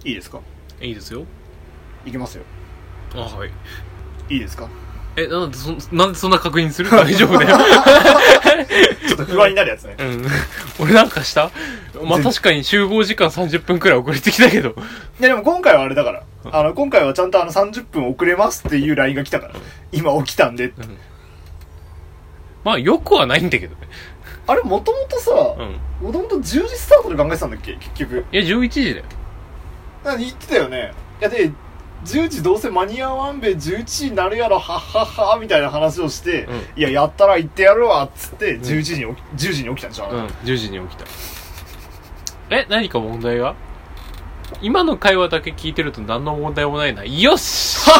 いいですか？ いいですよ。 いきますよ。 あ、はい。 いいですか？ なんでそんな確認する？大丈夫だよ。 ちょっと不安になるやつね。 うん。俺なんかした？まあ、確かに集合時間30分くらい遅れてきたけど。 いやでも今回はあれだから。今回はちゃんと30分遅れますっていう LINE が来たから。今起きたんで。 まあ、よくはないんだけどね。 あれ、もともとさ、もともと10時スタートで考えてたんだっけ結局。 いや、11時だよ。 言ってたよね。いやで、10時どうせ間に合わんべ11時になるやろ、はっはっは、みたいな話をして、いや、やったら行ってやるわ、っつって、10時に起きたんでしょ。 10時に起きた。何か問題が？今の会話だけ聞いてると何の問題もないな。よしじゃ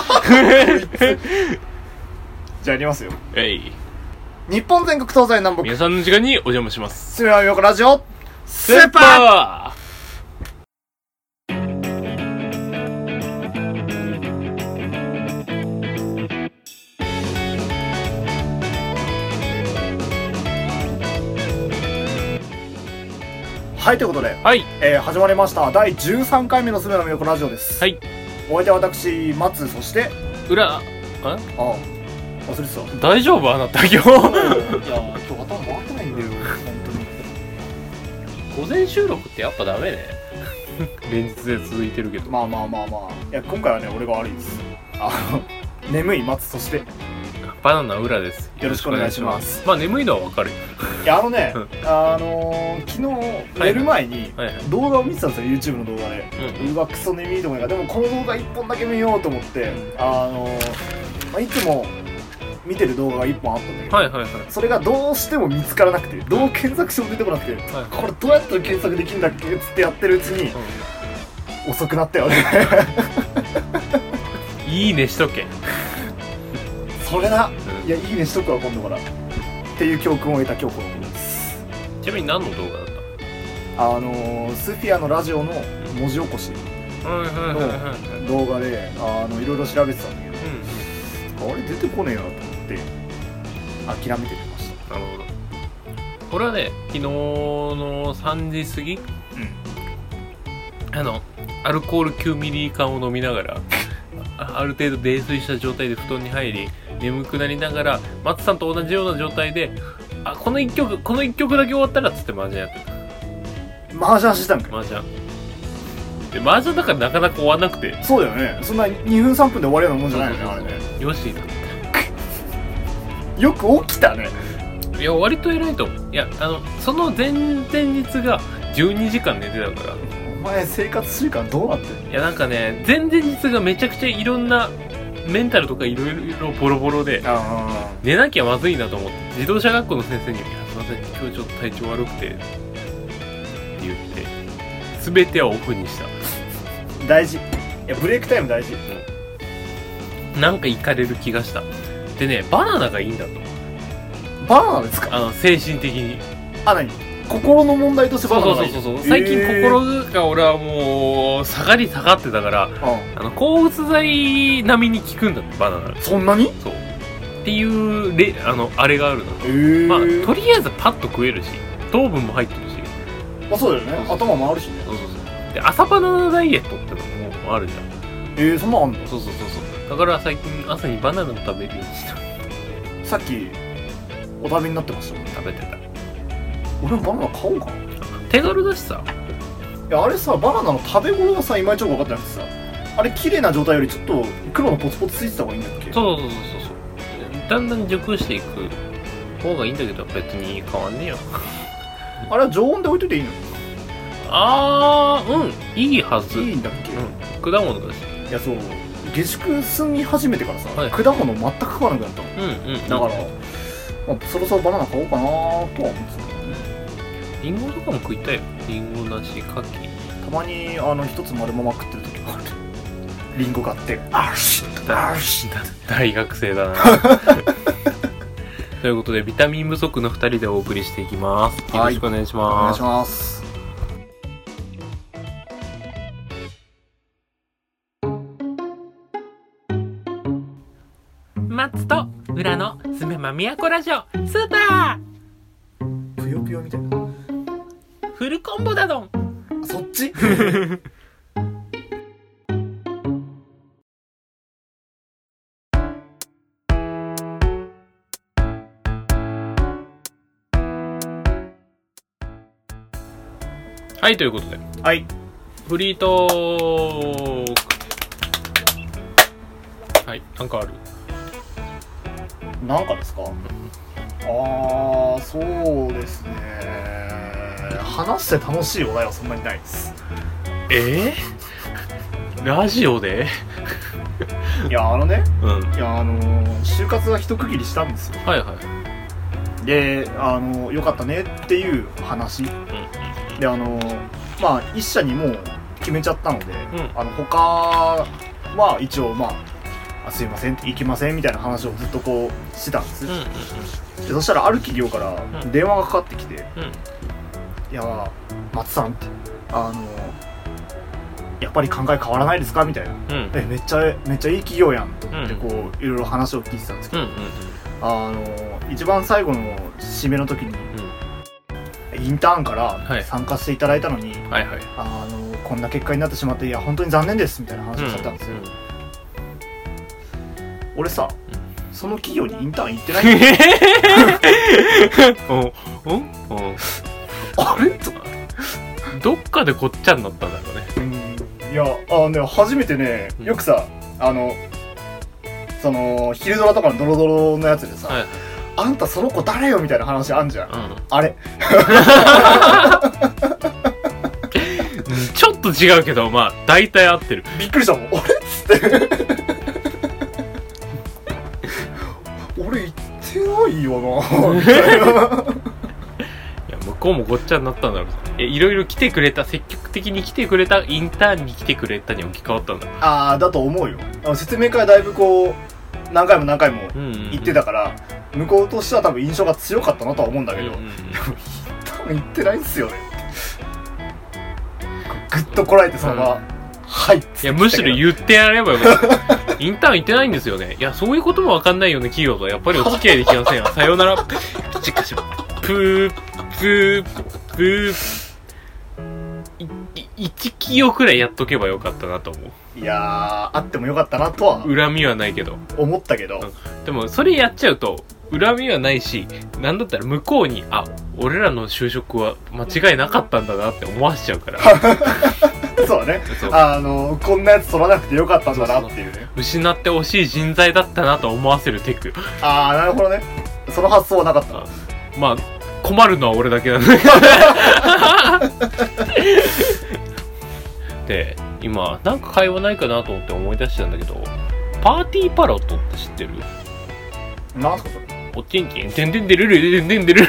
あやりますよ。日本全国東西南北。 皆さんの時間にお邪魔します。 すみまみよこラジオ、 スーパーはい、ということで、 はい。 始まりました第13回目のすべのみよこラジオです。 はい。 お相手は私、松、そして忘れてた。 大丈夫あなた今日。 いや、今日頭回ってないんだよ、本当に。 午前収録ってやっぱダメね。連日で続いてるけど。 まあ。いや、今回はね、俺が悪いです。眠い松、そしてバナナ裏です。 よろしくお願いします。 まあ眠いのはわかるよ。 いや、昨日寝る前に動画を見てたんですよ、YouTube の動画で。うわ、クソ眠いと思いながら、でもこの動画1本だけ見ようと思って、いつも見てる動画が1本あったんだけど、それがどうしても見つからなくて、どう検索しても出てこなくて、これどうやって検索できるんだっけっつってやってるうちに、遅くなったよね。 いいねしとけ。 それだ、いや、いいねしとくわ、今度からっていう教訓を得た今日この頃です。 ちなみに何の動画だった？ スフィアのラジオの文字起こしの動画でいろいろ調べてたんだけど、あれ出てこねえなと思って諦めてみました。 なるほど。俺はね、昨日の3時過ぎ、アルコール9ミリ缶を飲みながらある程度泥酔した状態で布団に入り、眠くなりながら松さんと同じような状態で、この1曲だけ終わったらっつって麻雀やってた。 麻雀してたんかい。 麻雀で、麻雀だからなかなか終わんなくて。 そうだよね、そんな2分3分で終わるようなもんじゃないよね。あれね、 よしよく起きたね。 いや、割と偉いと思う。いや、その前々日が12時間寝てたから。 お前生活習慣どうなってんの？ いや、なんかね、前々日がめちゃくちゃいろんなメンタルとかいろいろボロボロで、寝なきゃまずいなと思って、自動車学校の先生に「すいません、今日ちょっと体調悪くて」って言って全てはオフにした。 大事。いや、ブレイクタイム大事。 なんかいかれる気がした。でね、バナナがいいんだと。 バナナですか？ 精神的に。 何？心の問題としてバナナがいい。 そう。最近心が俺はもう下がってたから、抗うつ剤並みに効くんだって、バナナ。 そんなに？ そうっていうあれがあるの。まあとりあえずパッと食えるし、糖分も入ってるし。 そうだよね。頭もあるしね。 そうで、朝バナナダイエットってのもあるじゃん。 そんなのあんの？ そうだから最近朝にバナナを食べるようにした。 さっきお食べになってましたもん。 食べてた。 俺もバナナ買おうかな。 手軽だしさ。 いや、あれさ、バナナの食べ頃がさ、いまいちよく分かってなくてさ、あれ綺麗な状態よりちょっと黒のポツポツついてた方がいいんだっけ？ そうだんだん熟していく方がいいんだけど、別に変わんねえよ。 あれは常温で置いといていいの？ いいはず。 いいんだっけ？ 果物だし。 いや、そう、下宿住み始めてからさ、果物全く食わなくなったの。だから、そろそろバナナ買おうかなとは思ってた。 リンゴとかも食いたいよ。リンゴ、梨、柿。 たまに一つ丸まま食ってる時がある。リンゴ買って大学生だな。ということで、ビタミン不足の2人でお送りしていきます。よろしくお願いします。 お願いします。 松と裏のすめまみやこラジオスーパーぷよぷよみたいなフルコンボだどん。 そっちはい、ということで、 はい、 フリートーク。はい、なんかある？ なんかですか？そうですね。話して楽しいお題はそんなにないです。 ラジオで？ いやいや就活は一区切りしたんですよ。 はいはい。 でよかったねっていう話、でまあ一社にもう決めちゃったので、他は一応すいません行きませんみたいな話をずっとこうしてたんです、でそしたらある企業から電話がかかってきて、いや松さんってやっぱり考え変わらないですかみたいな、めっちゃいい企業やんと思ってこういろいろ話を聞いてたんですけど、一番最後の締めの時に、インターンから参加していただいたのに、こんな結果になってしまっていや本当に残念ですみたいな話をされたんですよ、俺さ、その企業にインターン行ってないんだよあれとどっかでこっちゃになったんだろうね。 いやね、初めてね、よくさその昼ドラとかのドロドロのやつでさ、あんたその子誰よみたいな話あんじゃん、あれちょっと違うけど大体合ってる。 びっくりしたもん、俺っつって俺言ってないよなみたいないや向こうもごっちゃになったんだろう。いろいろ来てくれた、積極的に来てくれた、インターンに来てくれたに置き換わったんだ。 だと思うよ。説明会だいぶこう何回も言ってたから、向こうとしては多分印象が強かったなとは思うんだけど、でも多分言ってないんすよね。グッとこらえてそのまま、はいっつって。 いやむしろ言ってやればよかったインターン行ってないんですよね。いやそういうことも分かんないよね、企業とはやっぱりお付き合いできませんよさよならプチカシプープープー1企業くらいやっとけばよかったなと思う。 いやあってもよかったなとは恨みはないけど思ったけど、 でもそれやっちゃうと恨みはないし、なんだったら向こうに俺らの就職は間違いなかったんだなって思わせちゃうからそうだね、こんなやつ取らなくてよかったんだなっていうね、 そう失ってほしい人材だったなと思わせるテク。 なるほどね、その発想はなかった。 困るのは俺だけなんだけどで今なんか会話ないかなと思って思い出したんだけど、パーティーパロットって知ってる？ なんすかそれ？ おちんちんてんてんでるるでんでんでるる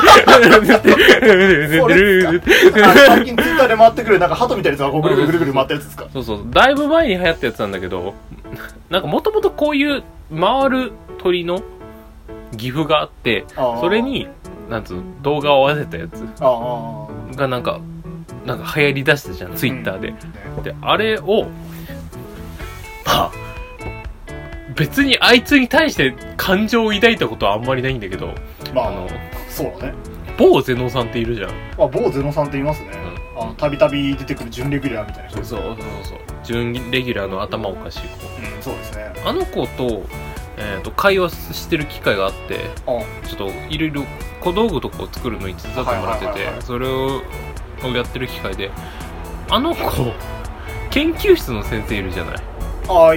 最近ツイッターで回ってくるなんか鳩みたいなやつがぐるぐるぐるぐる回ったやつですか？ そうだいぶ前に流行ったやつなんだけど、なんかもともとこういう回る鳥の岐阜があって、それになんつう動画を合わせたやつがなんか流行りだしたじゃん、ツイッターで。であれを別にあいつに対して感情を抱いたことはあんまりないんだけど、 そうだね、 某ゼノさんっているじゃん。 某ゼノさんっていますね。たびたび出てくる準レギュラーみたいな人。 そう準レギュラーの頭おかしい子。 そうですね。 あの子と会話してる機会があって、ちょっといろいろ小道具とかを作るのに手伝ってもらってて、それをやってる機会で、あの子研究室の先生いるじゃない。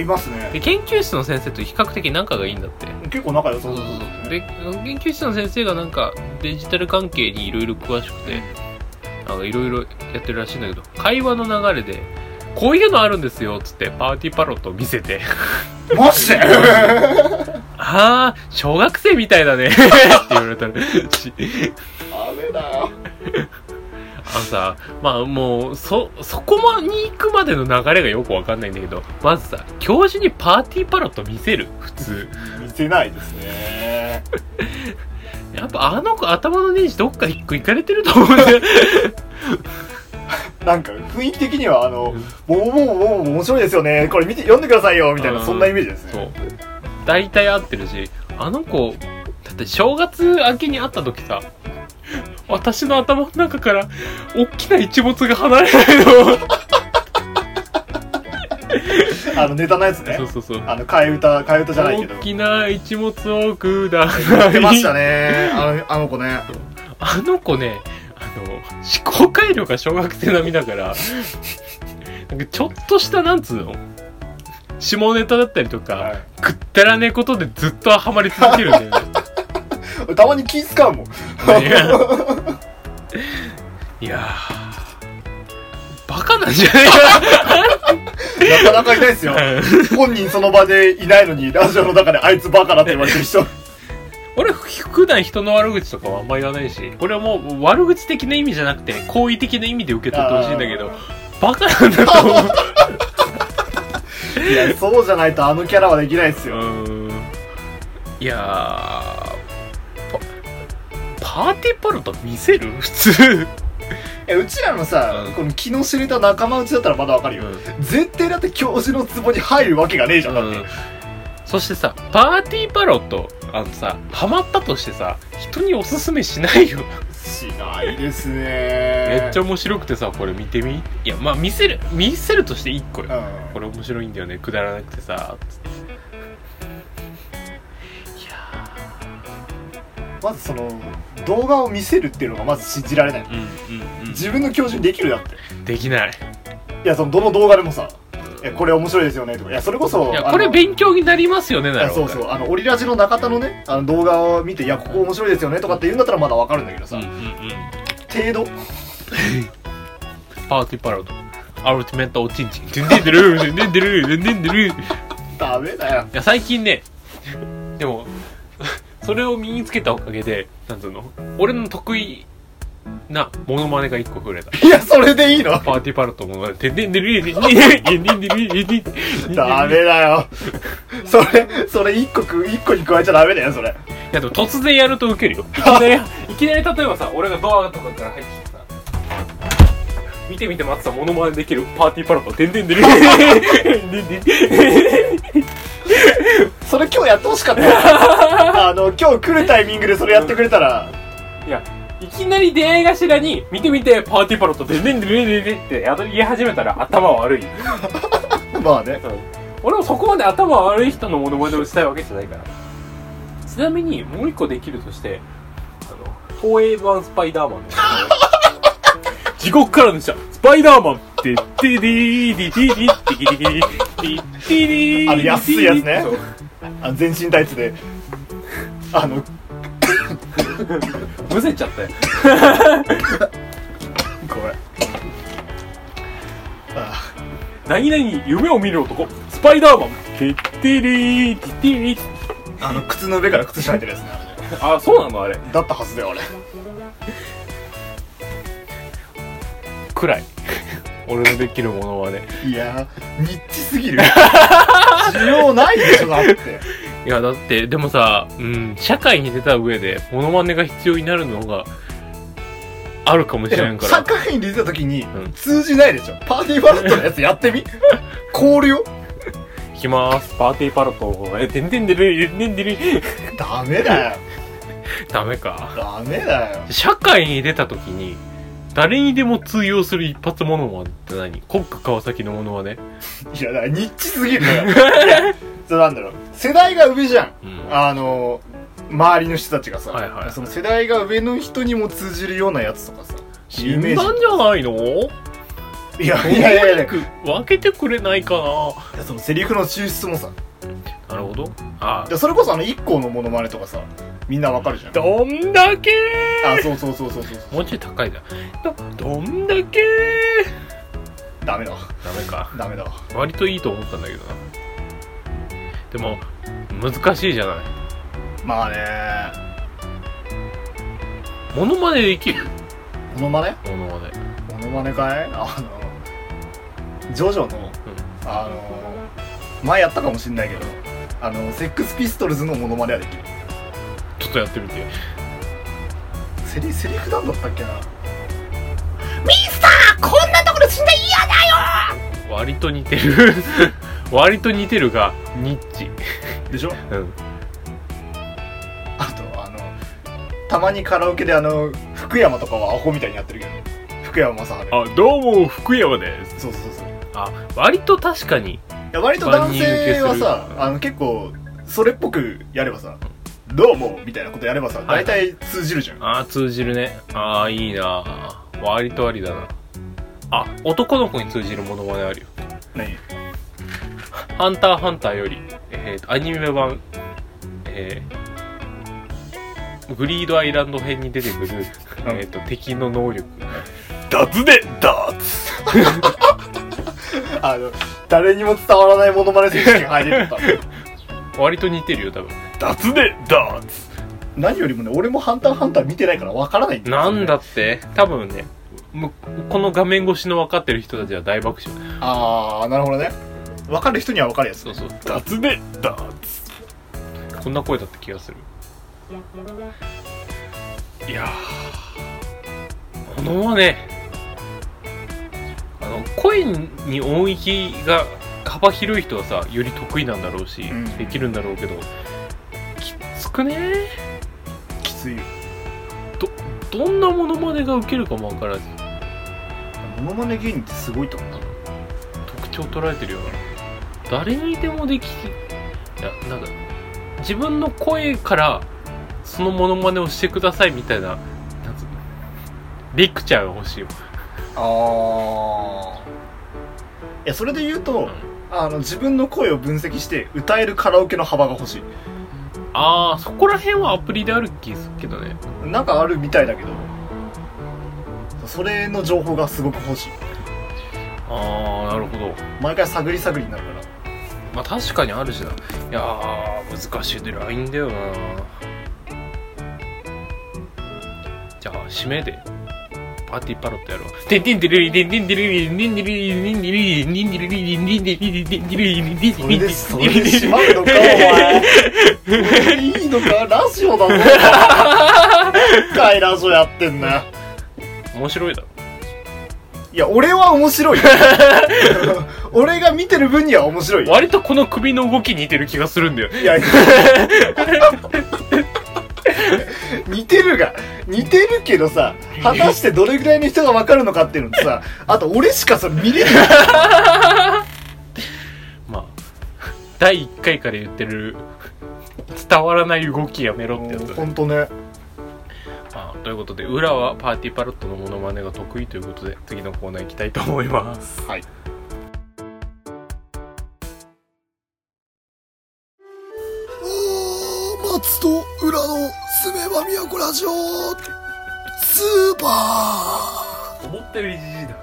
いますね。 で研究室の先生と比較的仲がいいんだって。 結構仲良さそう。 で研究室の先生がなんかデジタル関係にいろいろ詳しくて、いろいろやってるらしいんだけど、会話の流れでこういうのあるんですよっつってパーティーパロットを見せてマジで小学生みたいだねって言われたらダメだよ。 さ、もうそこに行くまでの流れがよくわかんないんだけど、まずさ、教授にパーティーパロット見せる？普通見せないですね。 やっぱあの子頭のネジどっか一個いかれてると思うんだよなんか雰囲気的にはもう面白いですよね、これ読んでくださいよみたいな、そんなイメージですね。 そう大体合ってるし、あの子だって正月明けに会った時さ、私の頭の中から大きな一物が離れないのネタのやつね。 そう替え歌じゃないけど、 大きな一物をくだ言ってましたね、あの子ね。 あの子ね、 思考回路が小学生並みだからなんかちょっとしたなんつうの下ネタだったりとか、はい、くったらねえことでずっとハマり続けるんだよねたまに気使うもんいやバカなんじゃないかなかなかいないですよ本人その場でいないのにラジオの中であいつバカだって言われてる人俺普段人の悪口とかはあんま言わないし、これはもう悪口的な意味じゃなくて好意的な意味で受け取ってほしいんだけど、バカなんだと思ういやそうじゃないとあのキャラはできないですよ。 いやパーティーパルト見せる普通うちらのさ、この気の知れた仲間内だったらまだわかるよ、絶対だって教授の壺に入るわけがねえじゃん、だって。 そしてさ、パーティーパロットさハマったとしてさ、人におすすめしないよしないですね。 めっちゃ面白くてさ、これ見てみ。いやまあ見せるとして1個よ、これ面白いんだよね、くだらなくてさつって。いやまずその動画を見せるっていうのがまず信じられない、自分の教授にできるだってできない。 いやそのどの動画でもさ、これ面白いですよねとか、いやそれこそいやこれ勉強になりますよねなるほど。 そうそう、オリラジの中田のね動画を見て、いやここ面白いですよねとかって言うんだったらまだわかるんだけどさ、程度パーティーパロットアルティメットおちんちんでんでんでるでんでんでるでんでんでるダメだよ。 いや最近ね、でもそれを身につけたおかげで、なんつうの、俺の得意なモノマネが1個増えた。 いやそれでいいの？ パーティーパロットモノマネてんでんでるでんでんでるダメだよそれ1個に加えちゃダメだよそれ。いやでも突然やるとウケるよ。いきなり例えばさ、俺がドアとかから入ってきてさ、見てみて待ってたモノマネできるパーティーパロットてんでんでるそれ今日やってほしかった今日来るタイミングでそれやってくれたら。 いやいきなり出会い頭に見てみてパーティーパロットでんでんでるって言い始めたら頭悪いまあね、 俺もそこまで頭悪い人のモノマネをしたいわけじゃないから。ちなみにもう一個できるとして、東映版スパイダーマン地獄からの下スパイダーマンってディディディディディディディディディ安いやつね。全身タイツでむせちゃったよこれ何々夢を見る男スパイダーマンテッテリーティティリ靴の上から靴下履いてるやつね。 あ、そうなのあれ。 だったはずだよあれ。 くらい俺のできるものはね。 いやニッチすぎる需要ないでしょだって。 いやだってでもさ、社会に出た上でモノマネが必要になるのがあるかもしれんから。 社会に出た時に通じないでしょ、パーティーパロットのやつやってみ凍るよ。 いきまーす。パーティーパロットてんてんでるてんでるダメだよダメか。 ダメだよ。 社会に出た時に誰にでも通用する一発モノマネって何？コック川崎のモノマネ？ いやだからニッチすぎるのよそうなんだろう、世代が上じゃん、周りの人たちがさ、その世代が上の人にも通じるようなやつとかさ、 死んだんじゃないの？ いや分けてくれないかな。 いやそのセリフの抽出もさ。 なるほど。 それこそ1個のモノマネとかさ、みんなわかるじゃん。 どんだけそうもうちょい高いだ。どんだけダメだわ。 ダメか。 ダメだわ。 割といいと思ったんだけどな。でも難しいじゃない。 まあね。 モノマネできる？ モノマネ？ モノマネ。 モノマネかい？ジョジョの、前やったかもしんないけど、セックスピストルズのモノマネはできる。 ちょっとやってみて。 セリフなんだったっけな。 ミスターこんなところ死んで嫌だよ。 割と似てる割と似てるがニッチでしょ。 あとたまにカラオケで福山とかはアホみたいにやってるけど、福山雅治。 どうも福山です。 そう割と確かに。 いや割と男性はさ結構それっぽくやればさどうもみたいなことやればさ、大体通じるじゃん。 ああ、通じるね。ああ、いいな。割とありだな。あ、男の子に通じるものまねあるよ。 何？ ハンターハンターより、アニメ版、グリードアイランド編に出てくる、敵の能力。 ダツでダーツ誰にも伝わらないモノマネ選手権入れてた。割と似てるよ、多分。 ダツでダーツ。何よりもね、俺もハンターハンター見てないから分からないんだよ、ね。 なんだって？多分ね、この画面越しの分かってる人たちは大爆笑。 あー、なるほどね。分かる人には分かるやつ。 そうそう。 ダツでダーツ。 こんな声だった気がする。いやー、ものはね、声に音域が幅広い人はさ、より得意なんだろうし、できるんだろうけど、きつくね。 きついよ。 どんなモノマネがウケるかも分からず。 モノマネ芸人ってすごいと思う。 特徴捉えてるよな。誰にでもでき、いや、なんか自分の声からそのモノマネをしてくださいみたいな、なんつうの、レクチャーが欲しいよ。 いや、それで言うと、自分の声を分析して歌えるカラオケの幅が欲しい。 ああ、そこら辺はアプリである気するけどね。 なんかあるみたいだけど、それの情報がすごく欲しい。 ああ、なるほど。 毎回探り探りになるから。 まあ確かにあるしな。いやー、難しいでラインだよな。じゃあ締めでパーティーパロットやろう。テンテンテレリテンテンテレリテンテンテレリテンテレリテンテンテレリテンテンテレリテンテレリテンテンテレリ。それで閉まるのかお前。いいのか、ラジオだぞ。深いラジオやってんな。面白いだろ。いや、俺は面白い。俺が見てる分には面白い。割とこの首の動き似てる気がするんだよ。いや似てるけどさ、果たしてどれぐらいの人が分かるのかっていうのとさ、あと俺しかそれ見れない。まあ第1回から言ってる伝わらない動きやめろってやつ。ほんとね。ということで、裏はパーティーパロットのモノマネが得意ということで、次のコーナー行きたいと思います。はい。松と裏のすめば都ラジオスーパー。思ったよりじじいだ。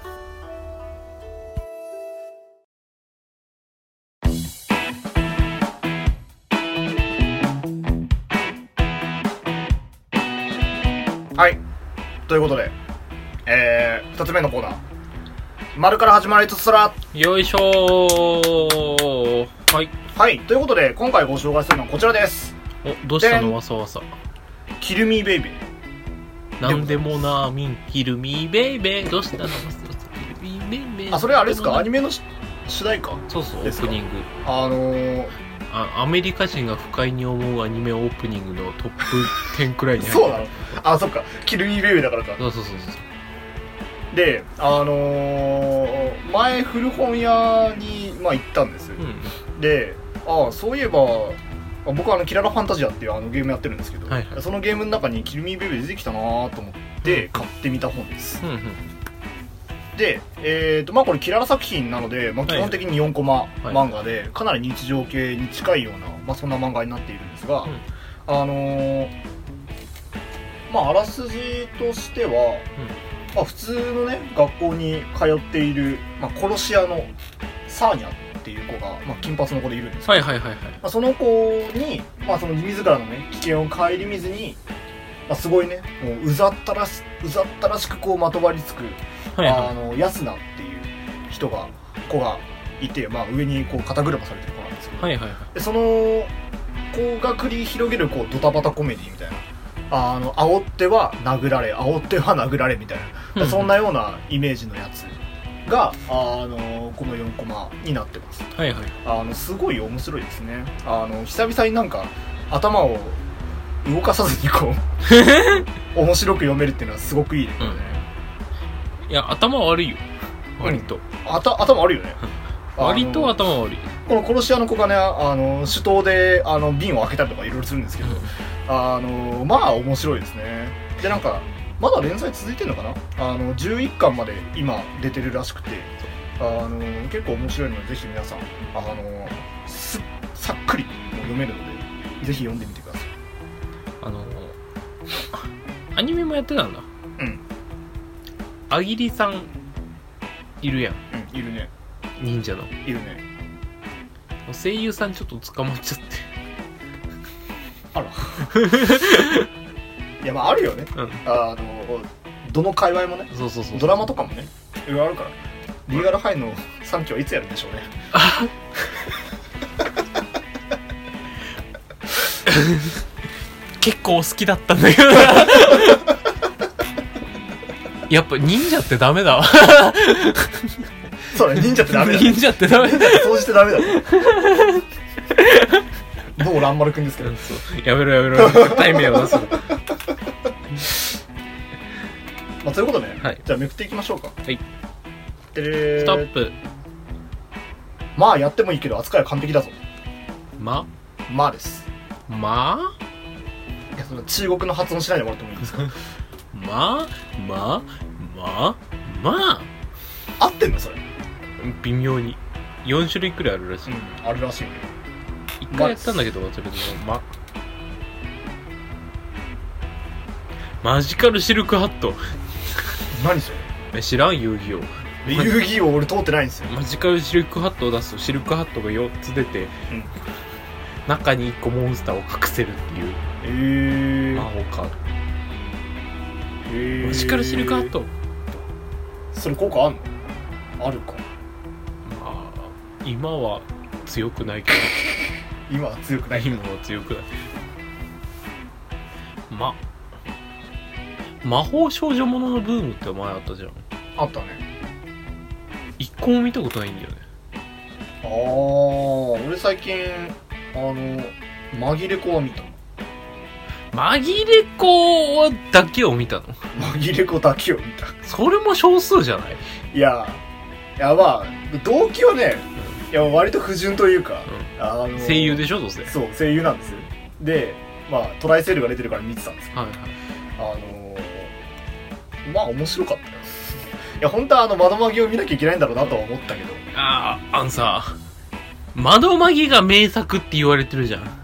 はい、ということで、2つ目のコーナー、丸から始まりつつら。よいしょー。はいはい、ということで今回ご紹介するのはこちらです。お、どうしたのわさわさ。キルミーベイベー。なんでもなーみんキルミーベイベー。どうしたのわさわさキルミーベイベー。あ、それあれですか、アニメの主題歌。そうそう、オープニング。アメリカ人が不快に思うアニメオープニングのトップ10くらいに入る。そうなの。あ、そっか、キルミーベイベーだからか。そうそうそうそう。で、前古本屋に、行ったんですよ、で、そういえば僕はキララファンタジアっていうゲームやってるんですけど、はいはい、そのゲームの中にキルミーベイベー出てきたなと思って買ってみた本です、で、これキララ作品なので、基本的に4コマ漫画で、かなり日常系に近いような、そんな漫画になっているんですが、あらすじとしては、普通のね、学校に通っている、殺し屋のサーニャっていう子が、金髪の子でいるんですけど、その子に、その自らのね、危険を顧みずに、すごいね、もううざったらしくこうまとわりつく、ヤスナっていう子がいて、上にこう肩車されてる子なんですけど、でその子が繰り広げるこうドタバタコメディみたいな、煽っては殴られみたいな、そんなようなイメージのやつがこの4コマになってます。すごい面白いですね。久々になんか頭を動かさずにこう面白く読めるっていうのはすごくいいですよね。いや、頭悪いよ割と、頭悪いよね。 割と頭悪い。 この殺し屋の子がね手刀で瓶を開けたりとかいろいろするんですけど、まあ面白いですね。でなんかまだ連載続いてるのかな、11巻まで今出てるらしくて、結構面白いのでぜひ皆さんさっくりも読めるのでぜひ読んでみてください。 アニメもやってたんだ。 うん。 あぎりさんいるやん。 うん、いるね。 忍者のいるね。 声優さんちょっと捕まっちゃってあらいやまああるよね、うん、どの界隈もね、 そうドラマとかもねいろいろあるから。リーガルハイの3期はいつやるんでしょうね結構好きだったんだけどやっぱ忍者ってダメだわそうだ、忍者ってダメだ。 忍者ってダメだ。 忍者ってそうしてダメだ。某蘭丸くんですけど。 やめろ絶対名を出すまあということで、ね、 はい、 じゃあめくっていきましょうか。 はい。ストップ。 まあやってもいいけど扱いは完璧だぞ。 まあです。 まあいやその中国の発音しないでもらってもいいですかまあ合ってんのそれ。 微妙に4種類くらいあるらしい、 あるらしいね。 1回やったんだけどそれでマジカルシルクハット何それ。 知らん。遊戯王遊戯王俺通ってないんですよ。 マジカルシルクハットを出すとシルクハットが4つ出て、中に1個モンスターを隠せるっていう魔法カード。マジカルシルクハットそれ効果あんの？あるか。 まあ今は強くないけど今は強くない。 魔法少女もののブームって前あったじゃん。 あったね。 一個も見たことないんだよね。 俺最近紛れ子は見た。 紛れ子だけを見たの？ 紛れ子だけを見た。 それも少数じゃない？ いやまあ動機はね、いや割と不純というか、 声優でしょどうせ。 そう声優なんですよ。でまあトライセールが出てるから見てたんですけど、まあ面白かったよ。いや本当は窓マギを見なきゃいけないんだろうなとは思ったけど、 さ窓マギが名作って言われてるじゃん。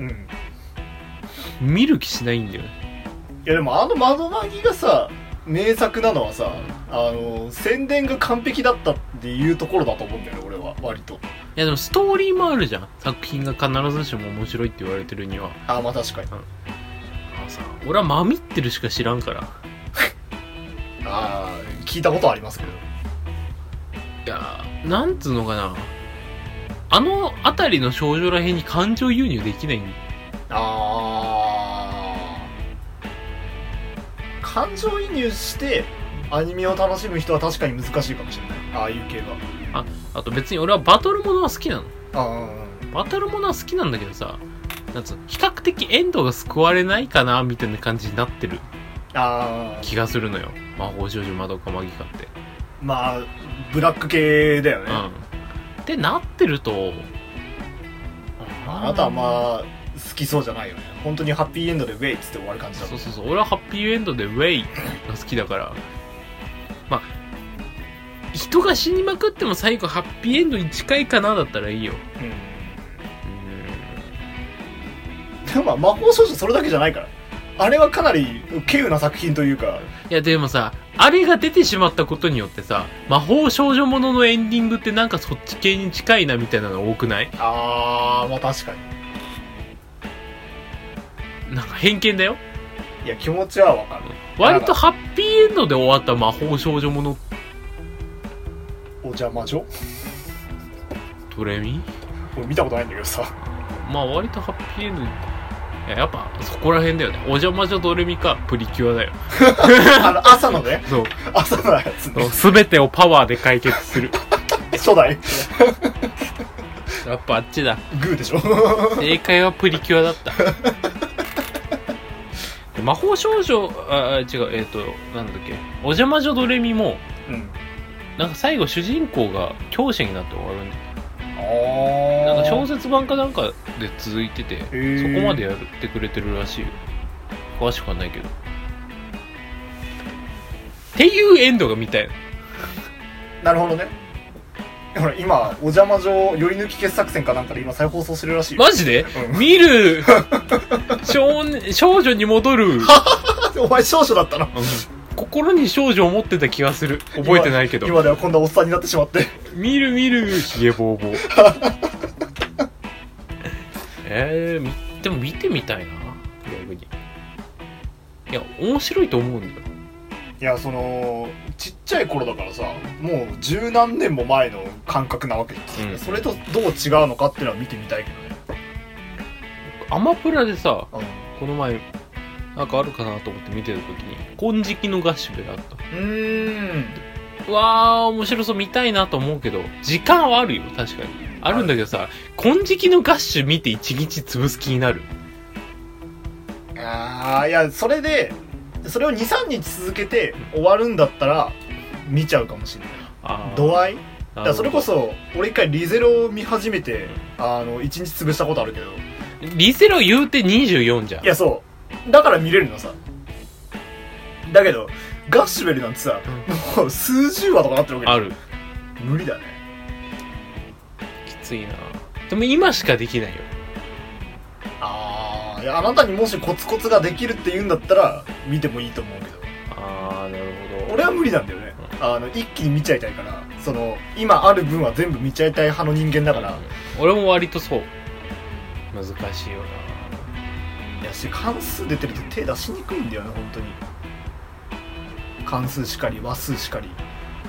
見る気しないんだよね。 いやでも窓マギがさ名作なのはさ、宣伝が完璧だったっていうところだと思うんだよね俺は割と。いやでもストーリーもあるじゃん。作品が必ずしも面白いって言われてるには。 まあ確かに。 俺はマミってるしか知らんから聞いたことありますけど。 いやなんつうのかな、あの辺りの少女らへんに感情輸入できないんだ。 感情移入してアニメを楽しむ人は確かに難しいかもしれない。ああいう系は。 あと別に俺はバトルものは好きなの。 バトルものは好きなんだけどさ、なんつうの、比較的エンドが救われないかなみたいな感じになってる気がするのよ。魔法少女マドカマギカって。 まあブラック系だよね。 ってなってると、 あなたはまあ好きそうじゃないよね。本当にハッピーエンドでウェイっつって終わる感じだもん。 そう俺はハッピーエンドでウェイが好きだからまあ人が死にまくっても最後ハッピーエンドに近いかなだったらいいよ。 でも魔法少女それだけじゃないから。あれはかなり稀有な作品というか。 いやでもさ、あれが出てしまったことによってさ、魔法少女もののエンディングってなんかそっち系に近いなみたいなの多くない？ まあ確かに。なんか偏見だよ。 いや気持ちはわかる。 割とハッピーエンドで終わった魔法少女もの。 お邪魔女？ ドレミ？ 俺見たことないんだけどさ。 まあ割とハッピーエンドに。やっぱそこら辺だよね。お邪魔女ドレミかプリキュアだよ。 朝のね。 そう。 朝のやつね。 全てをパワーで解決する。 初代。 やっぱあっちだ。 グーでしょ。 正解はプリキュアだった。魔法少女、違う、なんだっけ。お邪魔女ドレミも、 なんか最後主人公が教師になって終わるんだよ。なんか小説版かなんかで続いてて、そこまでやってくれてるらしいよ。詳しくはないけど。っていうエンドが見たい。 なるほどね。ほら今お邪魔女寄り抜き傑作戦かなんかで今再放送してるらしいよ。 マジで、うん、見る少女に戻るお前少女だったな、うん、 心に少女を持ってた気がする。覚えてないけど今では今度はおっさんになってしまって見るヒゲボーボーでも見てみたいな逆に。いや面白いと思うんだよ。 いやちっちゃい頃だからさ、もう十何年も前の感覚なわけです、うん、それとどう違うのかっていうのは見てみたいけどね。 アマプラでさ、うん、この前なんかあるかなと思って見てる時に金色のガッシュベルあった。うわー面白そう、見たいなと思うけど時間はあるよ、確かにあるんだけどさ、金色のガッシュ見て一日潰す気になる。 いやそれでそれを 2,3 日続けて終わるんだったら見ちゃうかもしれない。度合いだからそれこそ俺一回リゼロを見始めて1日潰したことあるけど、 リゼロ言うて24じゃん。 いやそうだから見れるのさ。だけどガッシュベルなんてさ、もう数十話とかなってるわけ。 ある。 無理だね。 きついな。でも今しかできないよ。 いやあなたにもしコツコツができるって言うんだったら見てもいいと思うけど。 なるほど。 俺は無理なんだよね、一気に見ちゃいたいから、今ある分は全部見ちゃいたい派の人間だから、 俺も割とそう難しいよな。 いや関数出てると手出しにくいんだよね本当に。関数しかり和数しかり。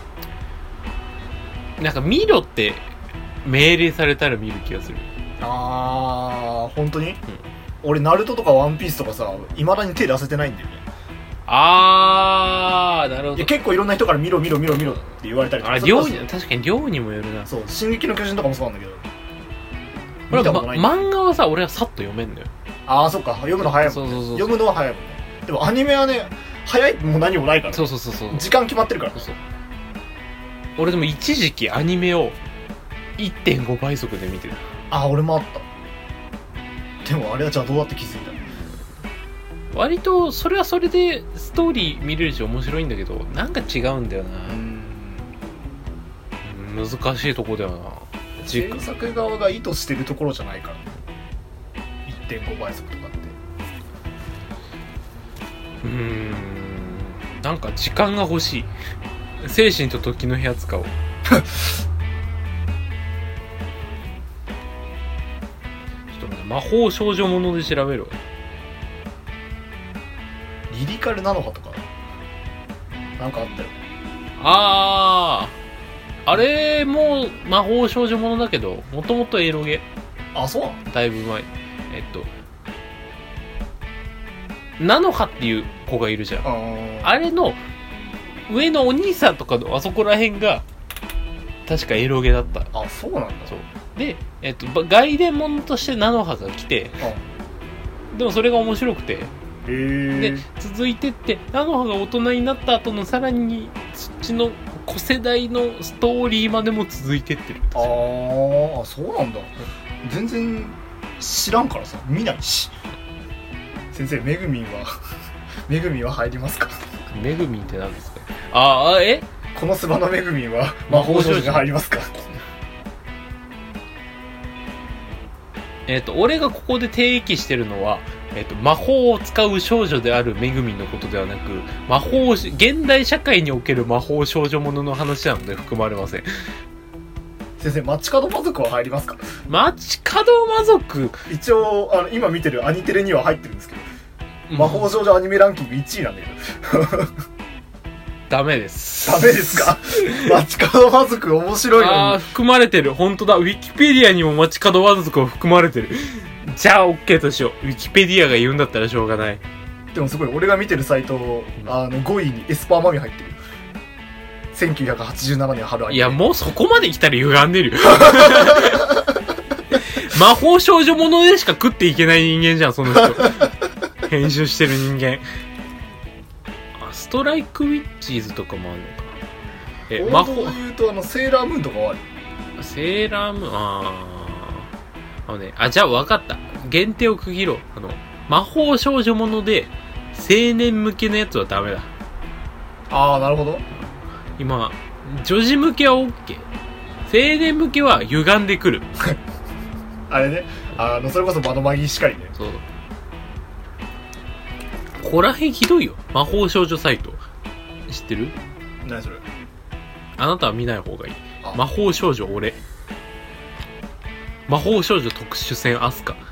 なんか見ろって命令されたら見る気がする。 本当に、俺ナルトとかワンピースとかさ未だに手出せてないんだよね。 なるほど。 いや結構いろんな人から見ろって言われたりとか。 確かに量にもよるな。 そう進撃の巨人とかもそうなんだけど、 俺は漫画はさ俺はさっと読めんのよ。 そっか読むの早いもんね。読むのは早いもんね。でもアニメはね早いも何もないから、ね、 そう時間決まってるから。 そう俺でも一時期アニメを 1.5 倍速で見てる。 俺もあった。でもあれはじゃあどうやって気づいたの？ 割とそれはそれでストーリー見れるし面白いんだけどなんか違うんだよな。難しいとこだよな。 制作側が意図してるところじゃないから 1.5 倍速とかってなんか時間が欲しい。精神と時の部屋使おう魔法少女もので調べろ。 リリカルナノハとかなんかあったよ。 あれも魔法少女ものだけどもともとエロゲ。 そうなの？だいぶ前。ナノハっていう子がいるじゃん。あれの上のお兄さんとかのあそこら辺が確かエロゲだった。 そうなんだ。 そうで、外伝物としてナノハが来て、でもそれが面白くて、で続いてってナノハが大人になった後のさらにそっちの子世代のストーリーまでも続いてってる。 そうなんだ。全然知らんからさ見ないし。先生めぐみんは入りますか？ めぐみんって何ですか？ このスバのめぐみんは魔法少女に入りますか？ 俺がここで定義してるのは、魔法を使う少女であるめぐみんのことではなく、現代社会における魔法少女ものの話なので含まれません。 先生街角魔族は入りますか？ 街角魔族一応今見てるアニテレには入ってるんですけど、魔法少女アニメランキング1位なんだけどダメです。 ダメですか？街角魔族面白いのに。 含まれてる。本当だ。ウィキペディアにも街角魔族は含まれてる。じゃあ OK としよう。ウィキペディアが言うんだったらしょうがない。 でもすごい俺が見てるサイト5位にエスパーマミ入ってる。1987年春アニメ。 いやもうそこまで来たら歪んでるよ魔法少女ものでしか食っていけない人間じゃんその人編集してる人間。ストライクウィッチーズとかもあるのか魔法で言うとセーラームーンとかはある？ セーラームーンじゃあ分かった。限定を区切ろう。魔法少女もので青年向けのやつはダメだ。 なるほど。 今女児向けは OK、 青年向けは歪んでくるあれね、それこそ窓マギしかりね。 そう、ここら辺ひどいよ。魔法少女サイト知ってる？ 何それ？ あなたは見ない方がいい。魔法少女俺、魔法少女特殊戦アスカ。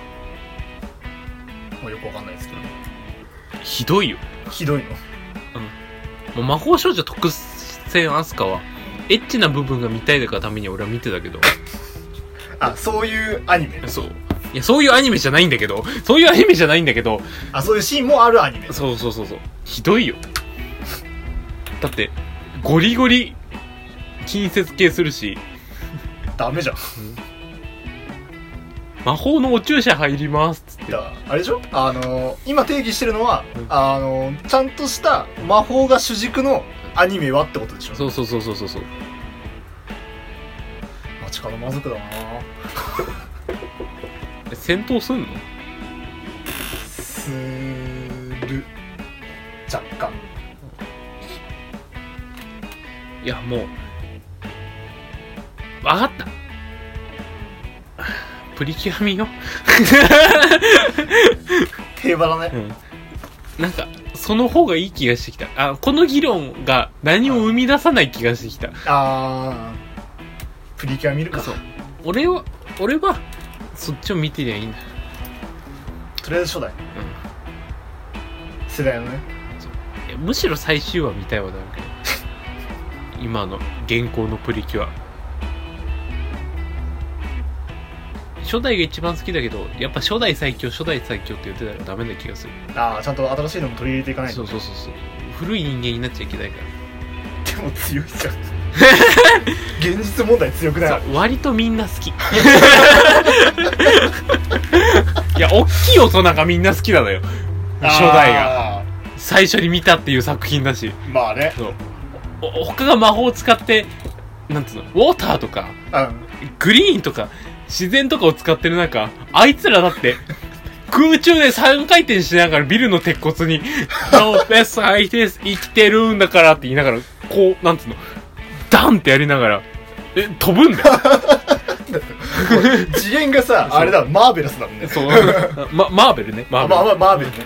もうよくわかんないですけど。 ひどいよ。 ひどいの？ もう魔法少女特殊戦アスカはエッチな部分が見たいだからために俺は見てたけど。 そういうアニメ？ そう。いや、そういうアニメじゃないんだけど。そういうアニメじゃないんだけど。 そういうシーンもあるアニメ？ そう。ひどいよ。だって、ゴリゴリ、近接系するし。 ダメじゃん。 魔法のお注射入りますっつって。 あれでしょ？今定義してるのは、ちゃんとした魔法が主軸のアニメはってことでしょ？ そう。 街角まずくだな戦闘すんの？ する。若干。 いや、もう、わかった。プリキュア見よ。 平和だね。 なんか、その方がいい気がしてきた。この議論が何も生み出さない気がしてきた。 プリキュア見るか。 そう。俺は、そっちを見てりゃいいんだ。 とりあえず初代。世代のね。 いや、むしろ最終話見たいわだけど。今の現行のプリキュア。初代が一番好きだけど、やっぱ初代最強って言ってたらダメな気がする。 ちゃんと新しいのも取り入れていかないと。 そう。古い人間になっちゃいけないから。でも強いじゃん。現実問題強くない？ 割とみんな好き。いや、大きい大人がみんな好きなのよ。初代が。最初に見たっていう作品だし。 まあね。 そう。他が魔法を使って、なんつうの、ウォーターとか、グリーンとか、自然とかを使ってる中、あいつらだって、空中で3回転しながらビルの鉄骨に、ベストハイテス生きてるんだからって言いながら、こう、なんつうの、ダンってやりながら、飛ぶんだよ。 次元がさ、あれだ、マーベラスだもんね。 そう。マーベルね。マーベルね。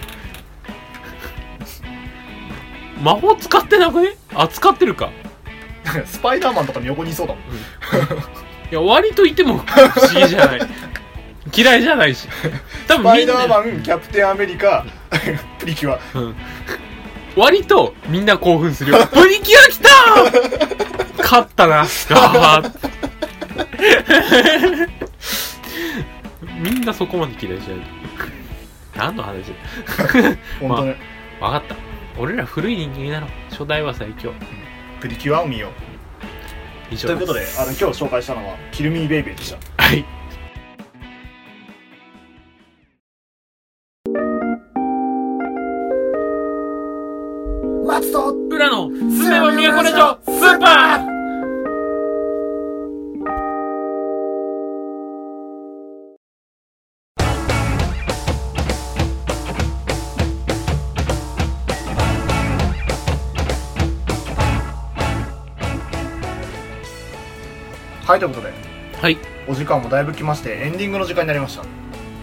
魔法使ってなくね？使ってるか。 スパイダーマンとかの横にいそうだもん。 いや、割といても不思議じゃない。嫌いじゃないし。多分スパイダーマン、キャプテンアメリカ、プリキュア。 割とみんな興奮するよ。プリキュア来たー勝ったな。ガーみんなそこまで嫌いじゃない。何の話？ 本当ね。 わかった。俺ら古い人間になろう。初代は最強。 プリキュアを見よう。以上ということで、今日紹介したのはキルミーベイベーでした。 はい。 松と裏のすめば都ラジオスーパー。 はい、ということで、 はい、 お時間もだいぶ来ましてエンディングの時間になりました。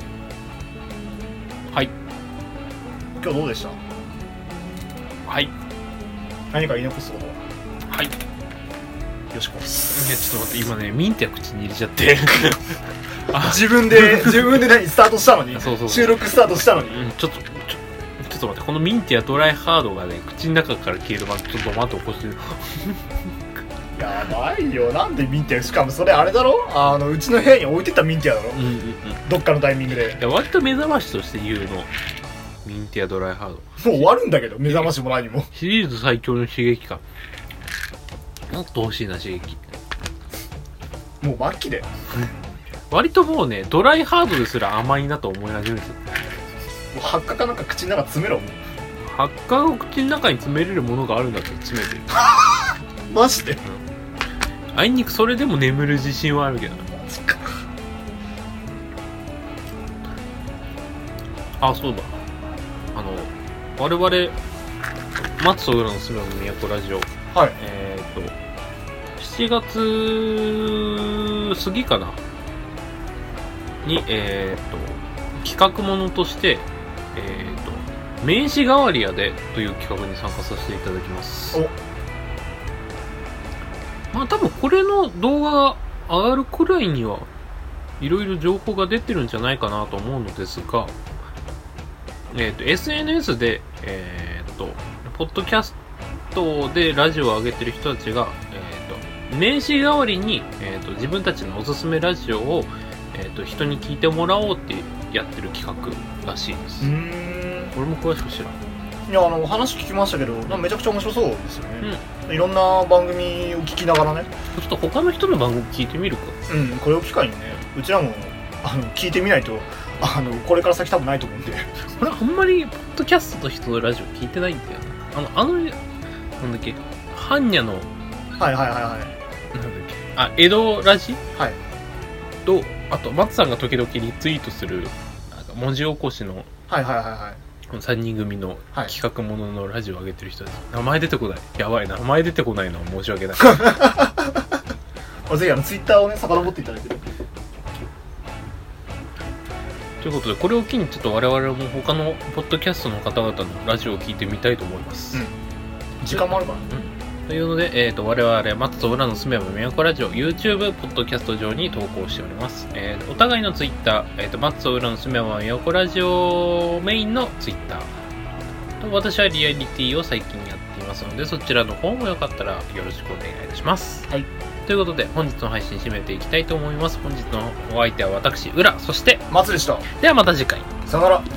はい。 今日どうでした？ はい。 何か言い残すことは？ はい。 よしこ。いや、 ちょっと待って、今ね、ミンティア口に入れちゃって。 自分で何スタートしたのに。 そう収録スタートしたのに。 ちょっと待って、このミンティアドライハードがね、口の中から消えるまでちょっと待って起こしてる。 やばいよ。なんでミンティア？しかもそれあれだろ、うちの部屋に置いてたミンティアだろ、どっかのタイミングで。 いや、割と目覚ましとして言うの、ミンティアドライハード。もう終わるんだけど、目覚ましも何も。 シリーズ最強の刺激か。もっと欲しいな、刺激。 もう末期で。 割ともうね、ドライハードですら甘いなと思い始めてる。もう発火かなんか口の中詰めろ。もう発火を口の中に詰めれるものがあるんだって詰めてる。 マジで、 あいにくそれでも眠る自信はあるけど。あ、そうだ。我々、松と浦のすべの都ラジオ。 はい。 7月過ぎかなに、企画ものとして、名刺代わりやでという企画に参加させていただきます。まあ多分これの動画が上がるくらいにはいろいろ情報が出てるんじゃないかなと思うのですが、SNS で、ポッドキャストでラジオを上げてる人たちが、名刺代わりに、自分たちのおすすめラジオを、人に聞いてもらおうってやってる企画らしいです。俺も詳しく知らん。 いや、話聞きましたけど、めちゃくちゃ面白そうですよね。いろんな番組を聞きながらね。 ちょっと他の人の番組聞いてみるか。 これを機会にね、うちらも聞いてみないとこれから先多分ないと思うんで。 俺あんまりポッドキャストと人のラジオ聞いてないんだよね。なんだっけ、ハンニャのはいなんだっけ、江戸ラジと、あと松さんが時々リツイートする文字起こしの3人組の企画もののラジオを上げてる人です。名前出てこない。やばい、名前出てこないのは申し訳ない。 ぜひツイッターをね、遡っていただいて。 ということで、これを機にちょっと我々も他のポッドキャストの方々のラジオを聞いてみたいと思います。 時間もあるからね。 というので、我々松と浦のすめば都ラジオ YouTube ポッドキャスト上に投稿しております。お互いの Twitter、松と浦のすめば都ラジオメインの Twitter と、私はリアリティを最近やっていますので、そちらの方もよかったらよろしくお願いいたします。 はい。 ということで、本日の配信締めていきたいと思います。本日のお相手は私、浦、そして松でした。 ではまた次回。 さよなら。